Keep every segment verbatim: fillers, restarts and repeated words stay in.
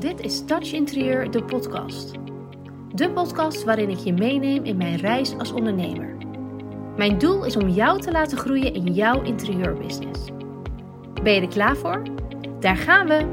Dit is Touch Interieur, de podcast. De podcast waarin ik je meeneem in mijn reis als ondernemer. Mijn doel is om jou te laten groeien in jouw interieurbusiness. Ben je er klaar voor? Daar gaan we!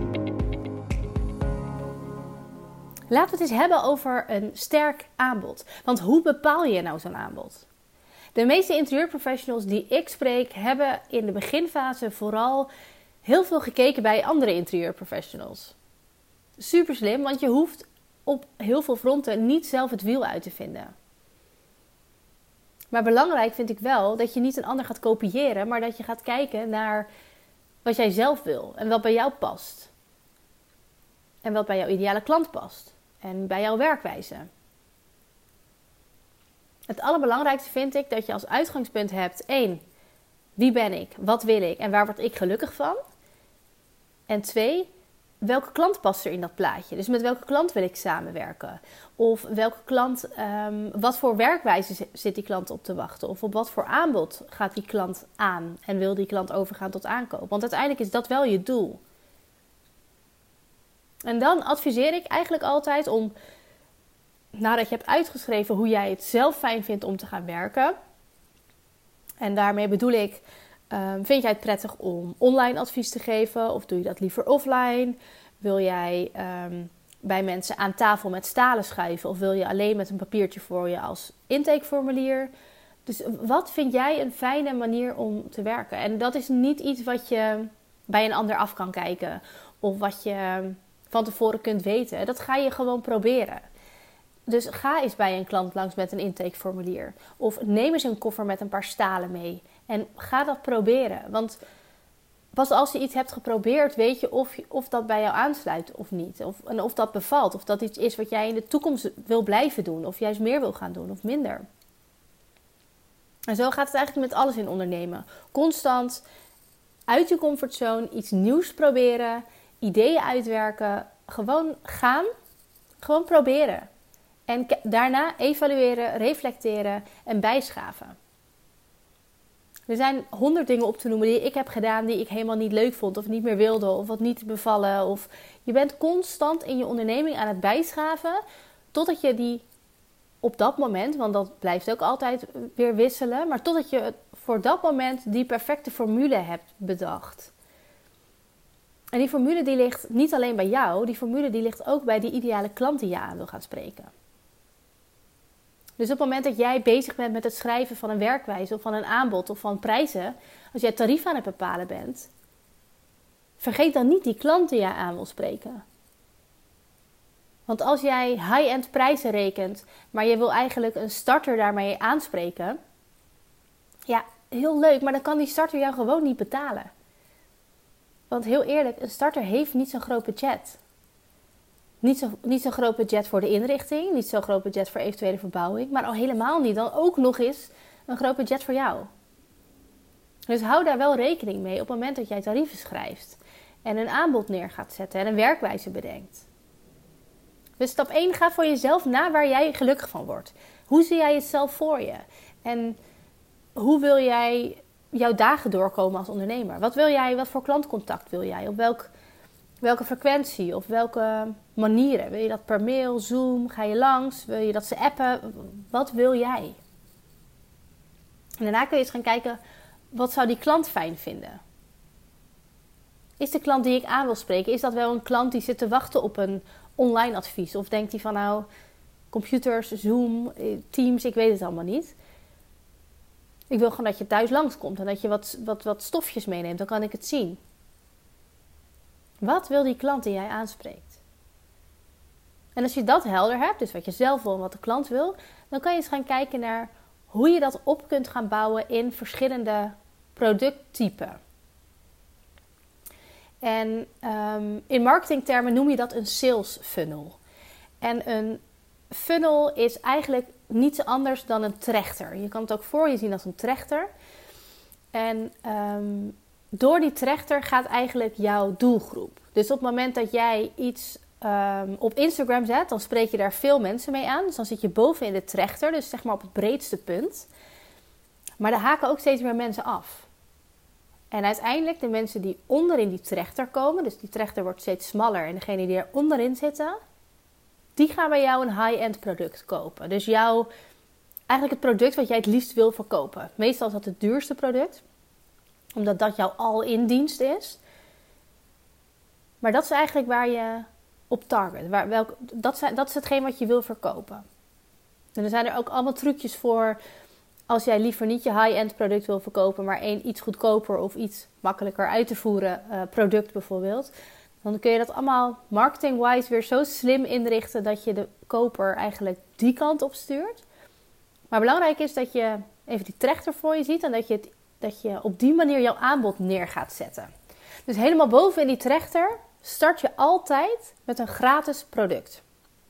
Laten we het eens hebben over een sterk aanbod. Want hoe bepaal je nou zo'n aanbod? De meeste interieurprofessionals die ik spreek hebben in de beginfase vooral heel veel gekeken bij andere interieurprofessionals. Super slim, want je hoeft op heel veel fronten niet zelf het wiel uit te vinden. Maar belangrijk vind ik wel dat je niet een ander gaat kopiëren, maar dat je gaat kijken naar wat jij zelf wil en wat bij jou past. En wat bij jouw ideale klant past. En bij jouw werkwijze. Het allerbelangrijkste vind ik dat je als uitgangspunt hebt: één, wie ben ik, wat wil ik en waar word ik gelukkig van? En twee, welke klant past er in dat plaatje? Dus met welke klant wil ik samenwerken? Of welke klant, um, wat voor werkwijze zit die klant op te wachten? Of op wat voor aanbod gaat die klant aan en wil die klant overgaan tot aankoop? Want uiteindelijk is dat wel je doel. En dan adviseer ik eigenlijk altijd om, nadat je hebt uitgeschreven hoe jij het zelf fijn vindt om te gaan werken. En daarmee bedoel ik, um, vind jij het prettig om online advies te geven? Of doe je dat liever offline? Wil jij um, bij mensen aan tafel met stalen schuiven? Of wil je alleen met een papiertje voor je als intakeformulier? Dus wat vind jij een fijne manier om te werken? En dat is niet iets wat je bij een ander af kan kijken. Of wat je van tevoren kunt weten. Dat ga je gewoon proberen. Dus ga eens bij een klant langs met een intakeformulier. Of neem eens een koffer met een paar stalen mee. En ga dat proberen. Want pas als je iets hebt geprobeerd, weet je of, of dat bij jou aansluit of niet. Of, en of dat bevalt. Of dat iets is wat jij in de toekomst wil blijven doen. Of juist meer wil gaan doen of minder. En zo gaat het eigenlijk met alles in ondernemen. Constant uit je comfortzone iets nieuws proberen. Ideeën uitwerken. Gewoon gaan. Gewoon proberen. En ke- daarna evalueren, reflecteren en bijschaven. Er zijn honderd dingen op te noemen die ik heb gedaan die ik helemaal niet leuk vond of niet meer wilde of wat niet bevallen. Of je bent constant in je onderneming aan het bijschaven totdat je die op dat moment, want dat blijft ook altijd weer wisselen, maar totdat je voor dat moment die perfecte formule hebt bedacht. En die formule die ligt niet alleen bij jou, die formule die ligt ook bij die ideale klant die je aan wil gaan spreken. Dus op het moment dat jij bezig bent met het schrijven van een werkwijze of van een aanbod of van prijzen, als jij tarief aan het bepalen bent, vergeet dan niet die klant die je aan wil spreken. Want als jij high-end prijzen rekent, maar je wil eigenlijk een starter daarmee aanspreken, ja, heel leuk, maar dan kan die starter jou gewoon niet betalen. Want heel eerlijk, een starter heeft niet zo'n groot budget. Niet zo, niet zo'n groot budget voor de inrichting, niet zo'n groot budget voor eventuele verbouwing, maar al helemaal niet dan ook nog eens een groot budget voor jou. Dus hou daar wel rekening mee op het moment dat jij tarieven schrijft en een aanbod neer gaat zetten en een werkwijze bedenkt. Dus stap één, ga voor jezelf na waar jij gelukkig van wordt. Hoe zie jij het zelf voor je? En hoe wil jij jouw dagen doorkomen als ondernemer? Wat wil jij, wat voor klantcontact wil jij? Op welk, welke frequentie of welke manieren? Wil je dat per mail, Zoom? Ga je langs? Wil je dat ze appen? Wat wil jij? En daarna kun je eens gaan kijken, wat zou die klant fijn vinden? Is de klant die ik aan wil spreken, is dat wel een klant die zit te wachten op een online advies? Of denkt hij van nou, computers, Zoom, Teams, ik weet het allemaal niet. Ik wil gewoon dat je thuis langskomt en dat je wat, wat, wat stofjes meeneemt, dan kan ik het zien. Wat wil die klant die jij aanspreekt? En als je dat helder hebt, dus wat je zelf wil en wat de klant wil, dan kan je eens gaan kijken naar hoe je dat op kunt gaan bouwen in verschillende producttypen. En um, in marketingtermen noem je dat een sales funnel. En een funnel is eigenlijk niets anders dan een trechter. Je kan het ook voor je zien als een trechter. En um, door die trechter gaat eigenlijk jouw doelgroep. Dus op het moment dat jij iets um, op Instagram zet, dan spreek je daar veel mensen mee aan. Dus dan zit je boven in de trechter, dus zeg maar op het breedste punt. Maar daar haken ook steeds meer mensen af. En uiteindelijk de mensen die onderin die trechter komen, dus die trechter wordt steeds smaller en degene die er onderin zitten, die gaan bij jou een high-end product kopen. Dus jouw, eigenlijk het product wat jij het liefst wil verkopen. Meestal is dat het duurste product, omdat dat jouw all-in dienst is. Maar dat is eigenlijk waar je op target. Waar, welk, dat, zijn, dat is hetgeen wat je wil verkopen. En er zijn er ook allemaal trucjes voor als jij liever niet je high-end product wil verkopen, maar een iets goedkoper of iets makkelijker uit te voeren uh, product bijvoorbeeld. Dan kun je dat allemaal marketing-wise weer zo slim inrichten dat je de koper eigenlijk die kant op stuurt. Maar belangrijk is dat je even die trechter voor je ziet en dat je, het, dat je op die manier jouw aanbod neer gaat zetten. Dus helemaal boven in die trechter start je altijd met een gratis product.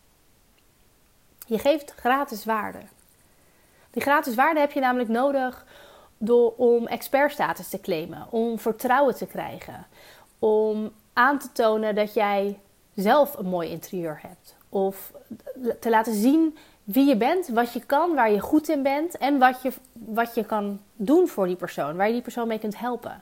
Je geeft gratis waarde. Die gratis waarde heb je namelijk nodig door, om expertstatus te claimen, om vertrouwen te krijgen, om aan te tonen dat jij zelf een mooi interieur hebt. Of te laten zien wie je bent, wat je kan, waar je goed in bent en wat je, wat je kan doen voor die persoon, waar je die persoon mee kunt helpen.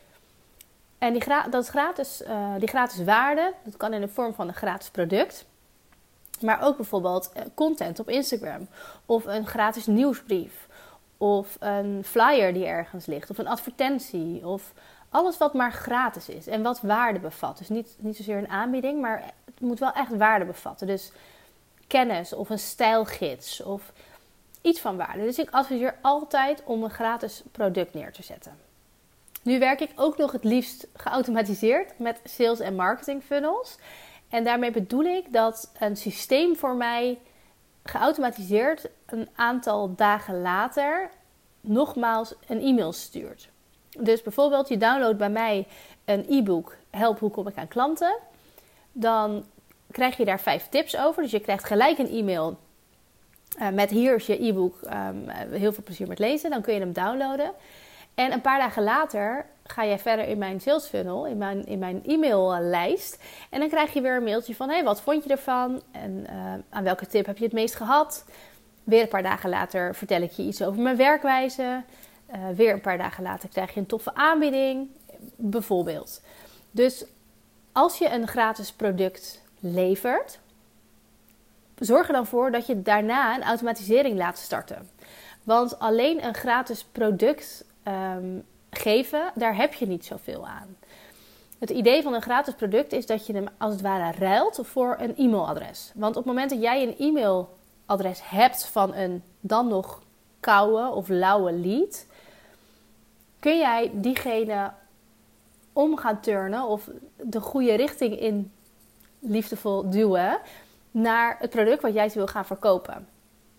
En die, gra- dat is gratis, uh, die gratis waarde, dat kan in de vorm van een gratis product. Maar ook bijvoorbeeld content op Instagram. Of een gratis nieuwsbrief. Of een flyer die ergens ligt. Of een advertentie. Of alles wat maar gratis is. En wat waarde bevat. Dus niet, niet zozeer een aanbieding. Maar het moet wel echt waarde bevatten. Dus kennis of een stijlgids. Of iets van waarde. Dus ik adviseer altijd om een gratis product neer te zetten. Nu werk ik ook nog het liefst geautomatiseerd met sales en marketing funnels. En daarmee bedoel ik dat een systeem voor mij geautomatiseerd een aantal dagen later nogmaals een e-mail stuurt. Dus bijvoorbeeld je downloadt bij mij een e-book Help, hoe kom ik aan klanten. Dan krijg je daar vijf tips over. Dus je krijgt gelijk een e-mail uh, met hier is je e-book. Um, heel veel plezier met lezen. Dan kun je hem downloaden. En een paar dagen later ga jij verder in mijn sales funnel, in mijn, in mijn e-maillijst. En dan krijg je weer een mailtje van, hé, hey, wat vond je ervan? En uh, aan welke tip heb je het meest gehad? Weer een paar dagen later vertel ik je iets over mijn werkwijze. Uh, weer een paar dagen later krijg je een toffe aanbieding, bijvoorbeeld. Dus als je een gratis product levert, zorg er dan voor dat je daarna een automatisering laat starten. Want alleen een gratis product um, geven, daar heb je niet zoveel aan. Het idee van een gratis product is dat je hem als het ware ruilt voor een e-mailadres. Want op het moment dat jij een e-mailadres hebt van een dan nog koude of lauwe lead, kun jij diegene om gaan turnen of de goede richting in liefdevol duwen naar het product wat jij wil gaan verkopen.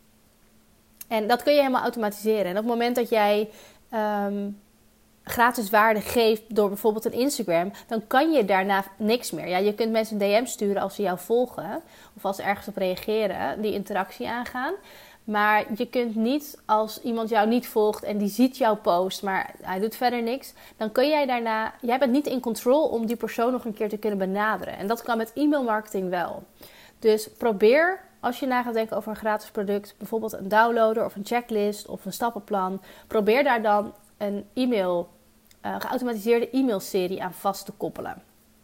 En dat kun je helemaal automatiseren. En op het moment dat jij um, gratis waarde geeft door bijvoorbeeld een Instagram, dan kan je daarna niks meer. Ja, je kunt mensen een D M sturen als ze jou volgen of als ze ergens op reageren, die interactie aangaan. Maar je kunt niet, als iemand jou niet volgt en die ziet jouw post, maar hij doet verder niks, dan kun jij daarna, jij bent niet in control om die persoon nog een keer te kunnen benaderen. En dat kan met e-mail marketing wel. Dus probeer, als je na gaat denken over een gratis product, bijvoorbeeld een downloader of een checklist of een stappenplan, probeer daar dan een e-mail, uh, geautomatiseerde e-mailserie aan vast te koppelen.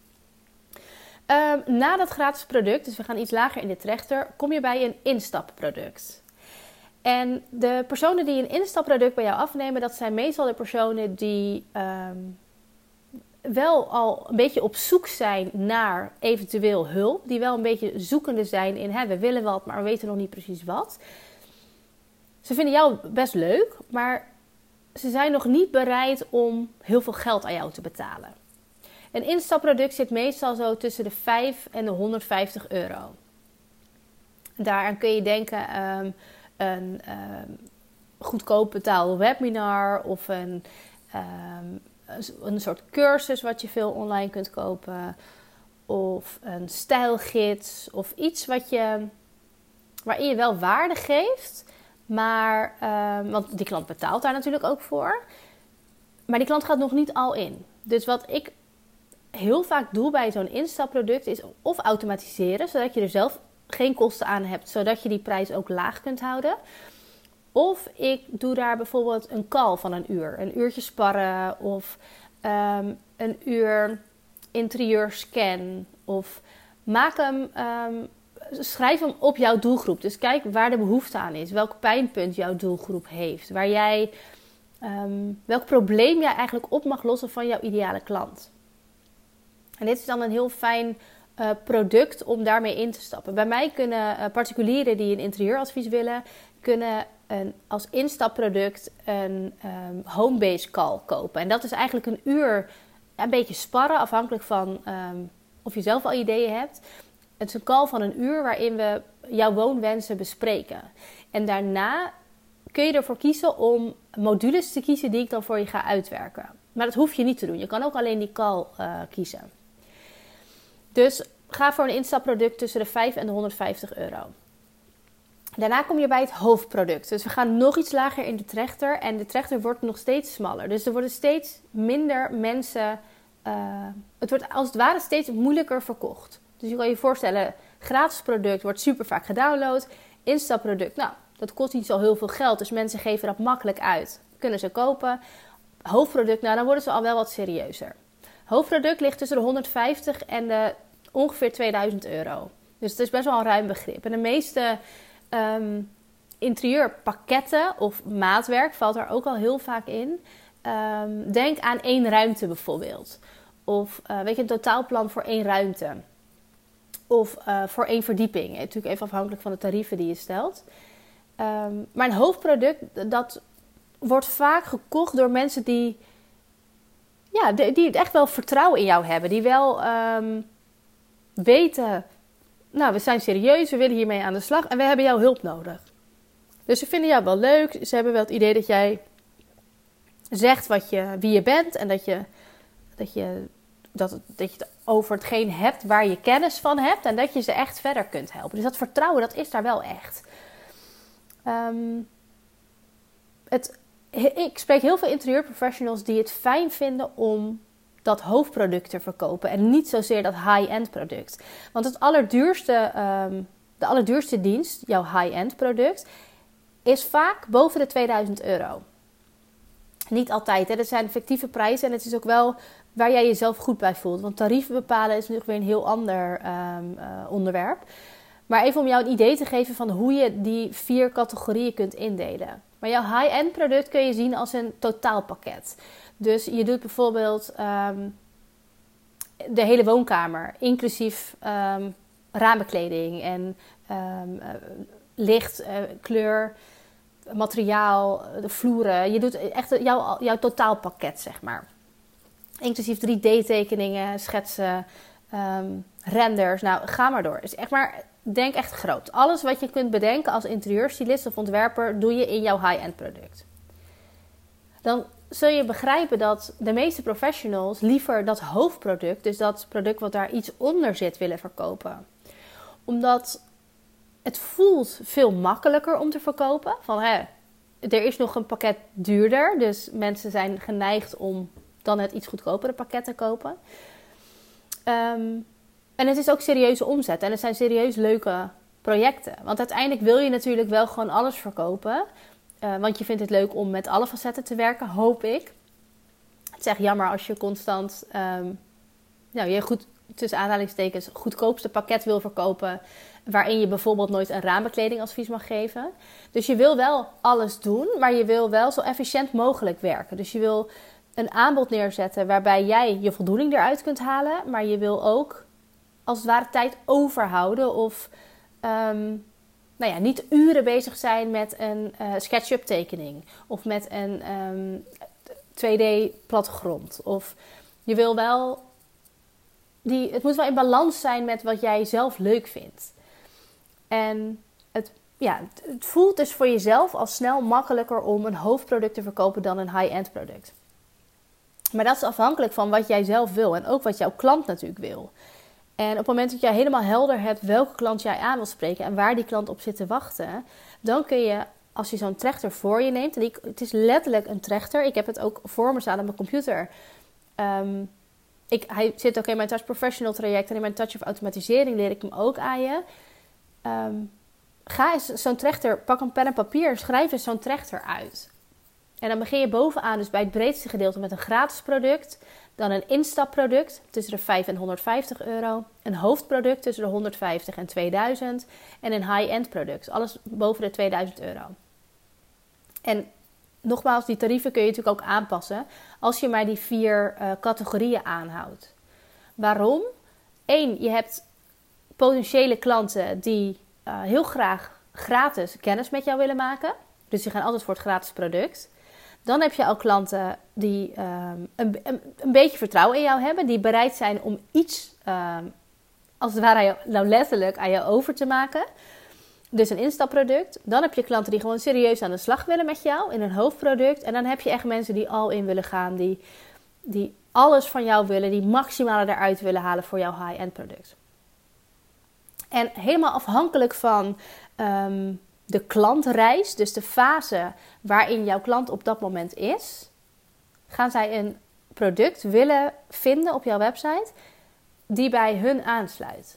Um, na dat gratis product, dus we gaan iets lager in de trechter, kom je bij een instapproduct. En de personen die een instapproduct bij jou afnemen, dat zijn meestal de personen die um, wel al een beetje op zoek zijn naar eventueel hulp. Die wel een beetje zoekende zijn in, hè, we willen wat, maar we weten nog niet precies wat. Ze vinden jou best leuk, maar ze zijn nog niet bereid om heel veel geld aan jou te betalen. Een instapproduct zit meestal zo tussen de vijf en de honderdvijftig euro. Daaraan kun je denken um, een um, goedkoop betaalde webinar of een, um, een soort cursus wat je veel online kunt kopen. Of een stijlgids of iets wat je, waarin je wel waarde geeft. Maar, um, want die klant betaalt daar natuurlijk ook voor. Maar die klant gaat nog niet al in. Dus wat ik heel vaak doe bij zo'n instapproduct is of automatiseren, zodat je er zelf geen kosten aan hebt, zodat je die prijs ook laag kunt houden. Of ik doe daar bijvoorbeeld een call van een uur. Een uurtje sparren of um, een uur interieurscan. Of maak hem, um, schrijf hem op jouw doelgroep. Dus kijk waar de behoefte aan is. Welk pijnpunt jouw doelgroep heeft. Waar jij, um, welk probleem jij eigenlijk op mag lossen van jouw ideale klant. En dit is dan een heel fijn uh, product om daarmee in te stappen. Bij mij kunnen uh, particulieren die een interieuradvies willen, kunnen een, als instapproduct een um, homebase call kopen. En dat is eigenlijk een uur een beetje sparren, afhankelijk van um, of je zelf al ideeën hebt. Het is een call van een uur waarin we jouw woonwensen bespreken. En daarna kun je ervoor kiezen om modules te kiezen die ik dan voor je ga uitwerken. Maar dat hoef je niet te doen. Je kan ook alleen die call uh, kiezen. Dus ga voor een instapproduct tussen de vijf en de honderdvijftig euro. Daarna kom je bij het hoofdproduct. Dus we gaan nog iets lager in de trechter. En de trechter wordt nog steeds smaller. Dus er worden steeds minder mensen... Uh, het wordt als het ware steeds moeilijker verkocht. Dus je kan je voorstellen, gratis product wordt super vaak gedownload. Instapproduct, nou, dat kost niet zo heel veel geld. Dus mensen geven dat makkelijk uit. Kunnen ze kopen. Hoofdproduct, nou, dan worden ze al wel wat serieuzer. Hoofdproduct ligt tussen de honderdvijftig en de ongeveer tweeduizend euro. Dus het is best wel een ruim begrip. En de meeste um, interieurpakketten of maatwerk valt er ook al heel vaak in. Um, denk aan één ruimte bijvoorbeeld. Of uh, weet je, een totaalplan voor één ruimte. Of uh, voor één verdieping. Natuurlijk even afhankelijk van de tarieven die je stelt. Um, maar een hoofdproduct, dat wordt vaak gekocht door mensen die... Ja, die echt wel vertrouwen in jou hebben. Die wel um, weten... Nou, we zijn serieus, we willen hiermee aan de slag en we hebben jouw hulp nodig. Dus ze vinden jou wel leuk. Ze hebben wel het idee dat jij zegt wat je, wie je bent. En dat je, dat, je, dat, dat je het over hetgeen hebt waar je kennis van hebt. En dat je ze echt verder kunt helpen. Dus dat vertrouwen, dat is daar wel echt. Um, het... Ik spreek heel veel interieurprofessionals die het fijn vinden om dat hoofdproduct te verkopen. En niet zozeer dat high-end product. Want het allerduurste, um, de allerduurste dienst, jouw high-end product, is vaak boven de tweeduizend euro. Niet altijd, hè. Dat zijn fictieve prijzen en het is ook wel waar jij jezelf goed bij voelt. Want tarieven bepalen is nog weer een heel ander um, uh, onderwerp. Maar even om jou een idee te geven van hoe je die vier categorieën kunt indelen. Maar jouw high-end product kun je zien als een totaalpakket. Dus je doet bijvoorbeeld um, de hele woonkamer, inclusief um, raambekleding en um, uh, licht, uh, kleur, materiaal, de vloeren. Je doet echt jouw, jouw totaalpakket, zeg maar. Inclusief drie D-tekeningen, schetsen, um, renders. Nou, ga maar door. Dus echt maar... Denk echt groot. Alles wat je kunt bedenken als interieurstylist of ontwerper doe je in jouw high-end product. Dan zul je begrijpen dat de meeste professionals liever dat hoofdproduct, dus dat product wat daar iets onder zit, willen verkopen. Omdat het voelt veel makkelijker om te verkopen. Van hè, er is nog een pakket duurder, dus mensen zijn geneigd om dan het iets goedkopere pakket te kopen. Um, En het is ook serieuze omzet. En het zijn serieus leuke projecten. Want uiteindelijk wil je natuurlijk wel gewoon alles verkopen. Uh, want je vindt het leuk om met alle facetten te werken, hoop ik. Het is echt jammer als je constant... Um, nou, je goed, tussen aanhalingstekens, goedkoopste pakket wil verkopen. Waarin je bijvoorbeeld nooit een raambekledingadvies mag geven. Dus je wil wel alles doen. Maar je wil wel zo efficiënt mogelijk werken. Dus je wil een aanbod neerzetten waarbij jij je voldoening eruit kunt halen. Maar je wil ook... als het ware tijd overhouden of um, nou ja, niet uren bezig zijn met een uh, SketchUp tekening of met een um, twee D plattegrond. Of je wil wel, die, het moet wel in balans zijn met wat jij zelf leuk vindt. En het, ja, het voelt dus voor jezelf al snel makkelijker om een hoofdproduct te verkopen dan een high-end product. Maar dat is afhankelijk van wat jij zelf wil en ook wat jouw klant natuurlijk wil. En op het moment dat jij helemaal helder hebt welke klant jij aan wil spreken en waar die klant op zit te wachten, dan kun je, als je zo'n trechter voor je neemt, en ik, het is letterlijk een trechter, ik heb het ook voor me staan op mijn computer. Um, ik, hij zit ook in mijn Touch Professional traject en in mijn Touch of automatisering leer ik hem ook aan je. Um, ga eens zo'n trechter, pak een pen en papier, schrijf eens zo'n trechter uit. En dan begin je bovenaan dus bij het breedste gedeelte met een gratis product. Dan een instapproduct tussen de vijf en honderdvijftig euro. Een hoofdproduct tussen de honderdvijftig en tweeduizend. En een high-end product. Alles boven de tweeduizend euro. En nogmaals, die tarieven kun je natuurlijk ook aanpassen. Als je maar die vier uh, categorieën aanhoudt. Waarom? Eén, je hebt potentiële klanten die uh, heel graag gratis kennis met jou willen maken. Dus die gaan altijd voor het gratis product. Dan heb je al klanten die um, een, een, een beetje vertrouwen in jou hebben. Die bereid zijn om iets, um, als het ware, aan jou, nou letterlijk aan jou over te maken. Dus een instapproduct. Dan heb je klanten die gewoon serieus aan de slag willen met jou in een hoofdproduct. En dan heb je echt mensen die all in willen gaan. Die, die alles van jou willen. Die maximale eruit willen halen voor jouw high-end product. En helemaal afhankelijk van um, de klantreis, dus de fase waarin jouw klant op dat moment is, gaan zij een product willen vinden op jouw website die bij hun aansluit.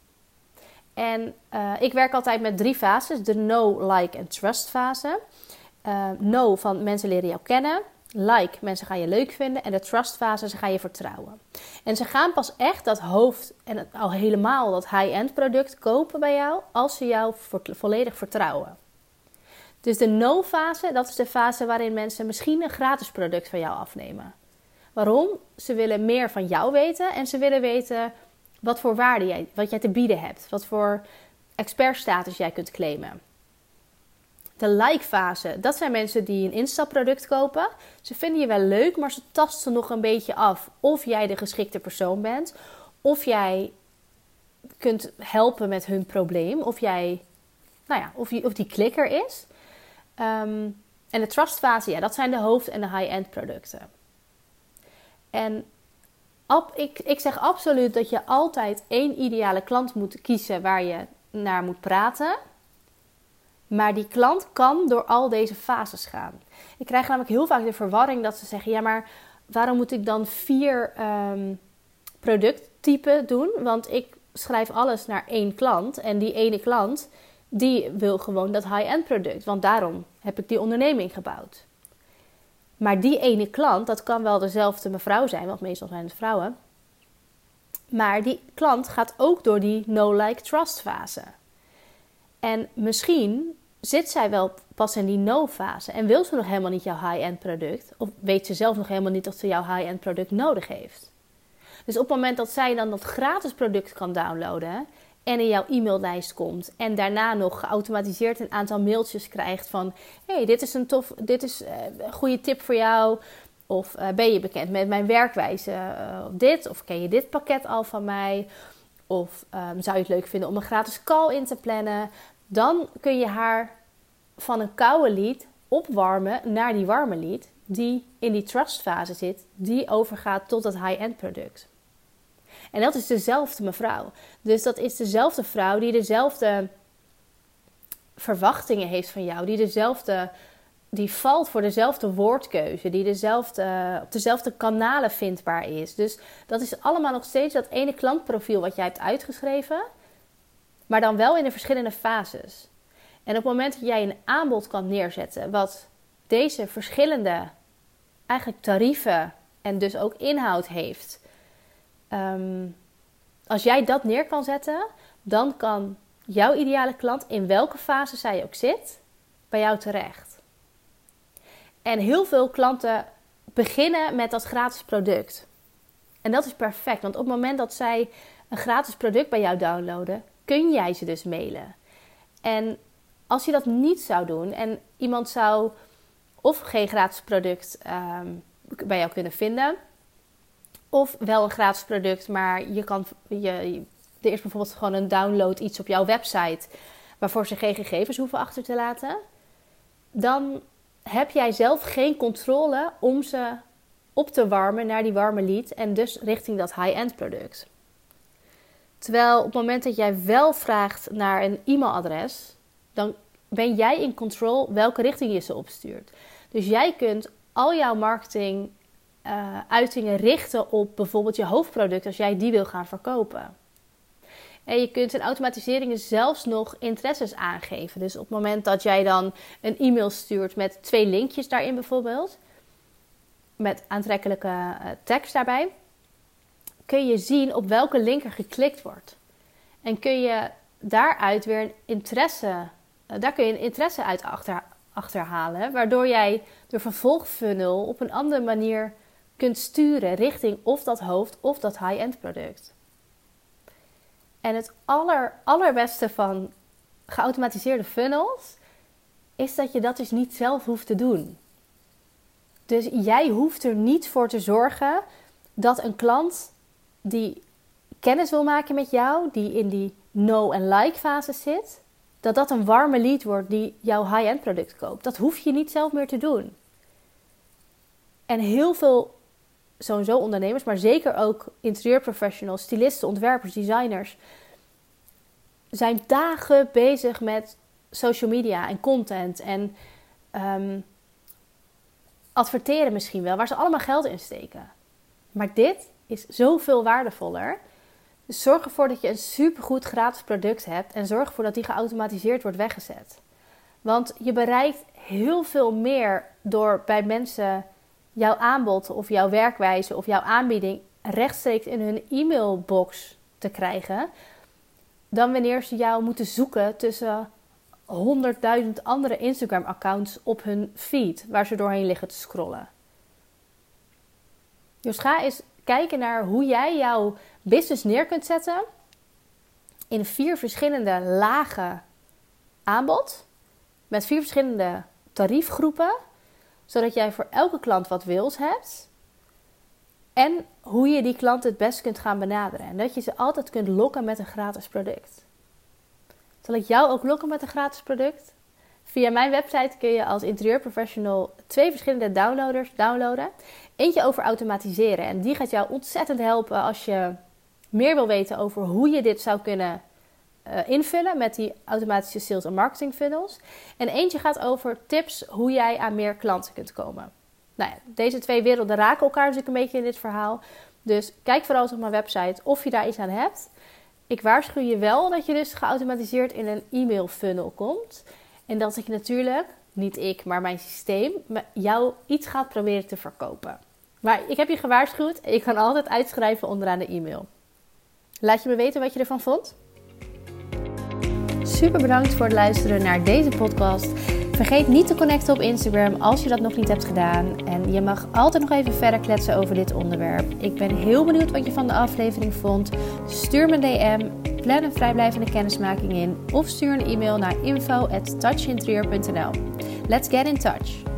En uh, ik werk altijd met drie fases. De know, like en trust fase. Uh, know van mensen leren jou kennen. Like, mensen gaan je leuk vinden. En de trust fase, ze gaan je vertrouwen. En ze gaan pas echt dat hoofd en het, al helemaal dat high-end product kopen bij jou als ze jou vo- volledig vertrouwen. Dus de know fase, dat is de fase waarin mensen misschien een gratis product van jou afnemen. Waarom? Ze willen meer van jou weten en ze willen weten wat voor waarde jij, wat jij te bieden hebt. Wat voor expertstatus jij kunt claimen. De like fase, dat zijn mensen die een instapproduct kopen. Ze vinden je wel leuk, maar ze tasten nog een beetje af of jij de geschikte persoon bent. Of jij kunt helpen met hun probleem. Of, jij, nou ja, of, die, of die klikker is. Um, en de trust fase, ja, dat zijn de hoofd- en de high-end producten. En ab, ik, ik zeg absoluut dat je altijd één ideale klant moet kiezen waar je naar moet praten. Maar die klant kan door al deze fases gaan. Ik krijg namelijk heel vaak de verwarring dat ze zeggen, ja, maar waarom moet ik dan vier um, producttypen doen? Want ik schrijf alles naar één klant. En die ene klant, die wil gewoon dat high-end product. Want daarom heb ik die onderneming gebouwd. Maar die ene klant, dat kan wel dezelfde mevrouw zijn, want meestal zijn het vrouwen. Maar die klant gaat ook door die know-like-trust fase. En misschien zit zij wel pas in die no-fase en wil ze nog helemaal niet jouw high-end product. Of weet ze zelf nog helemaal niet dat ze jouw high-end product nodig heeft. Dus op het moment dat zij dan dat gratis product kan downloaden en in jouw e-maillijst komt en daarna nog geautomatiseerd een aantal mailtjes krijgt van, hey, dit is een tof, dit is een goede tip voor jou. Of uh, ben je bekend met mijn werkwijze uh, op dit? Of ken je dit pakket al van mij? Of um, zou je het leuk vinden om een gratis call in te plannen? Dan kun je haar van een koude lead opwarmen naar die warme lead die in die trustfase zit, die overgaat tot dat high-end product. En dat is dezelfde mevrouw. Dus dat is dezelfde vrouw die dezelfde verwachtingen heeft van jou, die dezelfde, die valt voor dezelfde woordkeuze, die dezelfde, op dezelfde kanalen vindbaar is. Dus dat is allemaal nog steeds dat ene klantprofiel wat jij hebt uitgeschreven, maar dan wel in de verschillende fases. En op het moment dat jij een aanbod kan neerzetten wat deze verschillende eigenlijk tarieven en dus ook inhoud heeft. Um, als jij dat neer kan zetten, dan kan jouw ideale klant, in welke fase zij ook zit, bij jou terecht. En heel veel klanten beginnen met dat gratis product. En dat is perfect, want op het moment dat zij een gratis product bij jou downloaden, kun jij ze dus mailen. En als je dat niet zou doen en iemand zou of geen gratis product um, bij jou kunnen vinden, of wel een gratis product, maar je kan, je, er is bijvoorbeeld gewoon een download iets op jouw website waarvoor ze geen gegevens hoeven achter te laten, dan heb jij zelf geen controle om ze op te warmen naar die warme lead en dus richting dat high-end product. Terwijl op het moment dat jij wel vraagt naar een e-mailadres, dan ben jij in control welke richting je ze opstuurt. Dus jij kunt al jouw marketing uh, uitingen richten op bijvoorbeeld je hoofdproduct als jij die wil gaan verkopen. En je kunt in automatiseringen zelfs nog interesses aangeven. Dus op het moment dat jij dan een e-mail stuurt met twee linkjes daarin bijvoorbeeld, met aantrekkelijke uh, tekst daarbij, kun je zien op welke link er geklikt wordt. En kun je daaruit weer een interesse, uh, daar kun je een interesse uit achter, achterhalen, waardoor jij de vervolgfunnel op een andere manier kunt sturen richting of dat hoofd of dat high-end product. En het aller, allerbeste van geautomatiseerde funnels is dat je dat dus niet zelf hoeft te doen. Dus jij hoeft er niet voor te zorgen dat een klant die kennis wil maken met jou, die in die know- en like fase zit, dat dat een warme lead wordt die jouw high-end product koopt. Dat hoef je niet zelf meer te doen. En heel veel sowieso ondernemers, maar zeker ook interieurprofessionals, stylisten, ontwerpers, designers, zijn dagen bezig met social media en content en um, adverteren misschien wel, waar ze allemaal geld in steken. Maar dit is zoveel waardevoller. Dus zorg ervoor dat je een supergoed gratis product hebt en zorg ervoor dat die geautomatiseerd wordt weggezet. Want je bereikt heel veel meer door bij mensen jouw aanbod of jouw werkwijze of jouw aanbieding rechtstreeks in hun e-mailbox te krijgen, dan wanneer ze jou moeten zoeken tussen honderdduizend andere Instagram-accounts op hun feed, waar ze doorheen liggen te scrollen. Dus ga eens kijken naar hoe jij jouw business neer kunt zetten in vier verschillende lagen aanbod, met vier verschillende tariefgroepen, zodat jij voor elke klant wat wils hebt. En hoe je die klant het best kunt gaan benaderen. En dat je ze altijd kunt lokken met een gratis product. Zal ik jou ook lokken met een gratis product? Via mijn website kun je als interieurprofessional twee verschillende downloaders downloaden. Eentje over automatiseren. En die gaat jou ontzettend helpen als je meer wil weten over hoe je dit zou kunnen uh, invullen met die automatische sales en marketing funnels. En eentje gaat over tips hoe jij aan meer klanten kunt komen. Nou ja, deze twee werelden raken elkaar natuurlijk een beetje in dit verhaal. Dus kijk vooral eens op mijn website of je daar iets aan hebt. Ik waarschuw je wel dat je dus geautomatiseerd in een e-mail funnel komt. En dat ik natuurlijk, niet ik, maar mijn systeem, jou iets gaat proberen te verkopen. Maar ik heb je gewaarschuwd en je kan altijd uitschrijven onderaan de e-mail. Laat je me weten wat je ervan vond. Super bedankt voor het luisteren naar deze podcast. Vergeet niet te connecten op Instagram als je dat nog niet hebt gedaan. En je mag altijd nog even verder kletsen over dit onderwerp. Ik ben heel benieuwd wat je van de aflevering vond. Stuur me een D M, plan een vrijblijvende kennismaking in of stuur een e-mail naar info at touchinterieur punt n l. Let's get in touch!